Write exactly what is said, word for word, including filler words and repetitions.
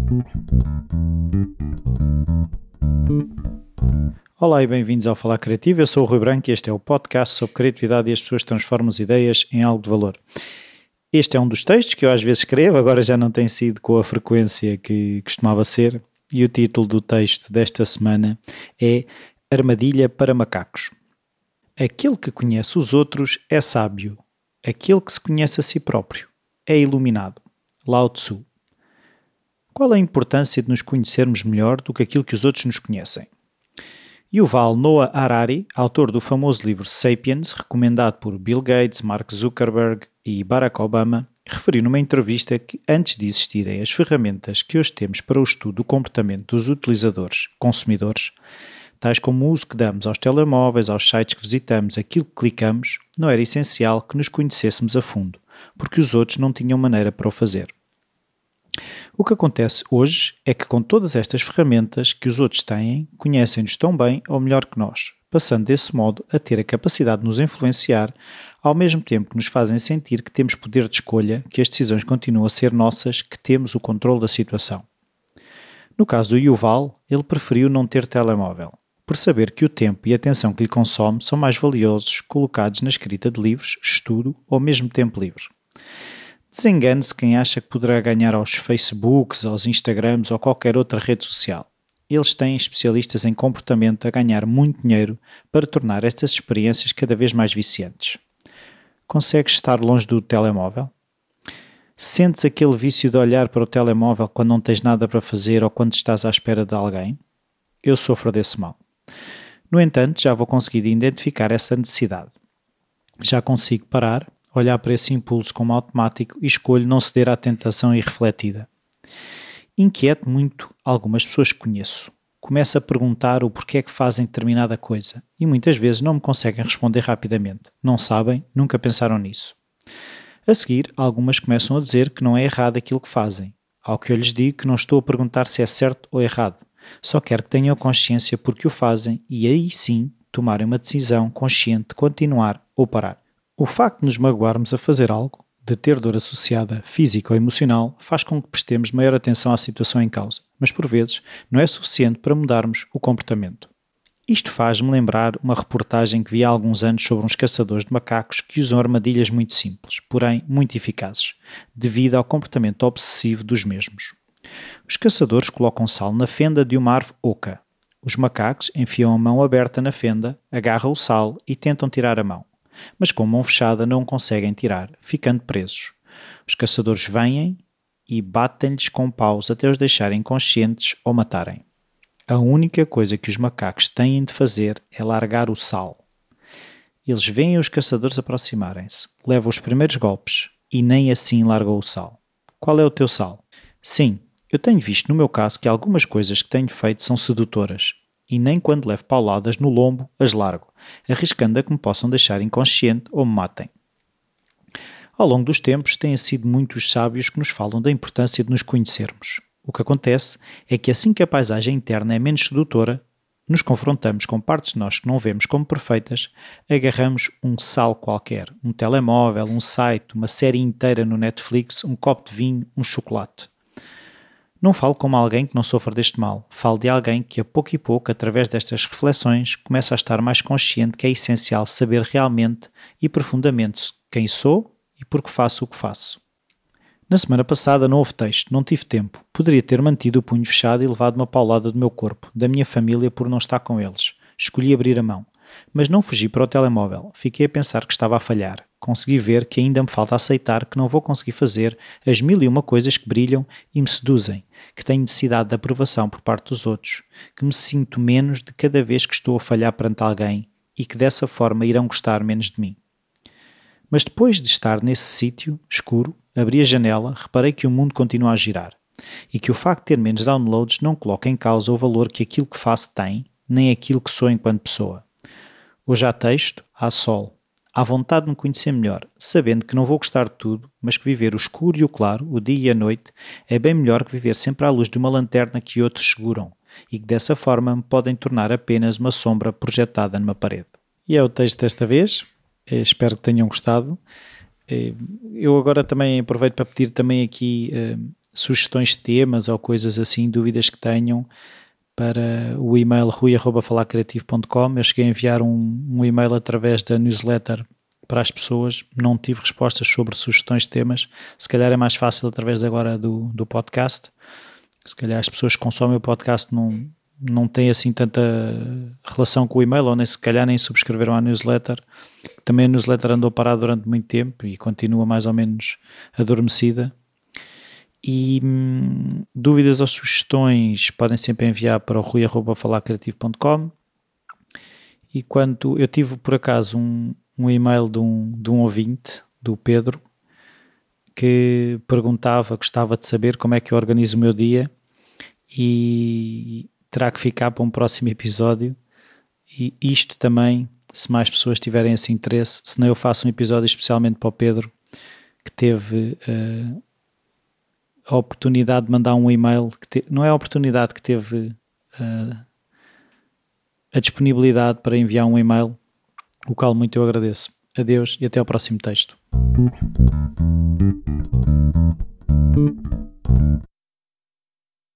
Olá e bem-vindos ao Falar Criativo, eu sou o Rui Branco e este é o podcast sobre criatividade e as pessoas transformam as ideias em algo de valor. Este é um dos textos que eu às vezes escrevo, agora já não tem sido com a frequência que costumava ser, e o título do texto desta semana é Armadilha para Macacos. Aquele que conhece os outros é sábio, aquele que se conhece a si próprio é iluminado. Lao Tzu. Qual a importância de nos conhecermos melhor do que aquilo que os outros nos conhecem? Yuval Noah Harari, autor do famoso livro Sapiens, recomendado por Bill Gates, Mark Zuckerberg e Barack Obama, referiu numa entrevista que antes de existirem as ferramentas que hoje temos para o estudo do comportamento dos utilizadores, consumidores, tais como o uso que damos aos telemóveis, aos sites que visitamos, aquilo que clicamos, não era essencial que nos conhecêssemos a fundo, porque os outros não tinham maneira para o fazer. O que acontece hoje é que com todas estas ferramentas que os outros têm, conhecem-nos tão bem ou melhor que nós, passando desse modo a ter a capacidade de nos influenciar, ao mesmo tempo que nos fazem sentir que temos poder de escolha, que as decisões continuam a ser nossas, que temos o controle da situação. No caso do Yuval, ele preferiu não ter telemóvel, por saber que o tempo e a atenção que lhe consome são mais valiosos colocados na escrita de livros, estudo ou mesmo tempo livre. Desengane-se quem acha que poderá ganhar aos Facebooks, aos Instagrams ou qualquer outra rede social. Eles têm especialistas em comportamento a ganhar muito dinheiro para tornar estas experiências cada vez mais viciantes. Consegues estar longe do telemóvel? Sentes aquele vício de olhar para o telemóvel quando não tens nada para fazer ou quando estás à espera de alguém? Eu sofro desse mal. No entanto, já vou conseguir identificar essa necessidade. Já consigo parar, olhar para esse impulso como automático e escolho não ceder à tentação irrefletida. Inquieto muito algumas pessoas que conheço. Começo a perguntar o porquê é que fazem determinada coisa e muitas vezes não me conseguem responder rapidamente. Não sabem, nunca pensaram nisso. A seguir, algumas começam a dizer que não é errado aquilo que fazem, ao que eu lhes digo que não estou a perguntar se é certo ou errado, só quero que tenham consciência porque o fazem e aí sim tomarem uma decisão consciente de continuar ou parar. O facto de nos magoarmos a fazer algo, de ter dor associada, física ou emocional, faz com que prestemos maior atenção à situação em causa, mas por vezes não é suficiente para mudarmos o comportamento. Isto faz-me lembrar uma reportagem que vi há alguns anos sobre uns caçadores de macacos que usam armadilhas muito simples, porém muito eficazes, devido ao comportamento obsessivo dos mesmos. Os caçadores colocam sal na fenda de uma árvore oca. Os macacos enfiam a mão aberta na fenda, agarram o sal e tentam tirar a mão. Mas com a mão fechada não conseguem tirar, ficando presos. Os caçadores vêm e batem-lhes com paus até os deixarem inconscientes ou matarem. A única coisa que os macacos têm de fazer é largar o sal. Eles veem os caçadores aproximarem-se, levam os primeiros golpes e nem assim largam o sal. Qual é o teu sal? Sim, eu tenho visto no meu caso que algumas coisas que tenho feito são sedutoras e nem quando levo pauladas no lombo as largo, arriscando a que me possam deixar inconsciente ou me matem. Ao longo dos tempos, têm sido muitos sábios que nos falam da importância de nos conhecermos. O que acontece é que assim que a paisagem interna é menos sedutora, nos confrontamos com partes de nós que não vemos como perfeitas, agarramos um sal qualquer, um telemóvel, um site, uma série inteira no Netflix, um copo de vinho, um chocolate. Não falo como alguém que não sofre deste mal, falo de alguém que a pouco e pouco, através destas reflexões, começa a estar mais consciente que é essencial saber realmente e profundamente quem sou e por que faço o que faço. Na semana passada não houve texto, não tive tempo, poderia ter mantido o punho fechado e levado uma paulada do meu corpo, da minha família por não estar com eles. Escolhi abrir a mão, mas não fugi para o telemóvel, fiquei a pensar que estava a falhar. Consegui ver que ainda me falta aceitar que não vou conseguir fazer as mil e uma coisas que brilham e me seduzem, que tenho necessidade de aprovação por parte dos outros, que me sinto menos de cada vez que estou a falhar perante alguém e que dessa forma irão gostar menos de mim. Mas depois de estar nesse sítio escuro, abri a janela, reparei que o mundo continua a girar e que o facto de ter menos downloads não coloca em causa o valor que aquilo que faço tem, nem aquilo que sou enquanto pessoa. Hoje há texto, há sol. Há vontade de me conhecer melhor, sabendo que não vou gostar de tudo, mas que viver o escuro e o claro, o dia e a noite, é bem melhor que viver sempre à luz de uma lanterna que outros seguram, e que dessa forma me podem tornar apenas uma sombra projetada numa parede. E é o texto desta vez, eh, espero que tenham gostado. Eh, eu agora também aproveito para pedir também aqui, eh, sugestões de temas ou coisas assim, dúvidas que tenham, para o e-mail rui arroba falar criativo ponto com. Eu cheguei a enviar um, um e-mail através da newsletter para as pessoas, não tive respostas sobre sugestões de temas. Se calhar é mais fácil através agora do, do podcast. Se calhar as pessoas que consomem o podcast não, não têm assim tanta relação com o e-mail, ou nem se calhar nem subscreveram a newsletter. Também a newsletter andou parada durante muito tempo e continua mais ou menos adormecida. E hum, dúvidas ou sugestões podem sempre enviar para o rui arroba falar criativo ponto com. E quando eu tive por acaso um, um e-mail de um, de um ouvinte, do Pedro, que perguntava, gostava de saber como é que eu organizo o meu dia, e terá que ficar para um próximo episódio. E isto também, se mais pessoas tiverem esse interesse, senão eu faço um episódio especialmente para o Pedro, que teve uh, a oportunidade de mandar um e-mail, que te, não é a oportunidade, que teve uh, a disponibilidade para enviar um e-mail, o qual muito eu agradeço. Adeus e até ao próximo texto.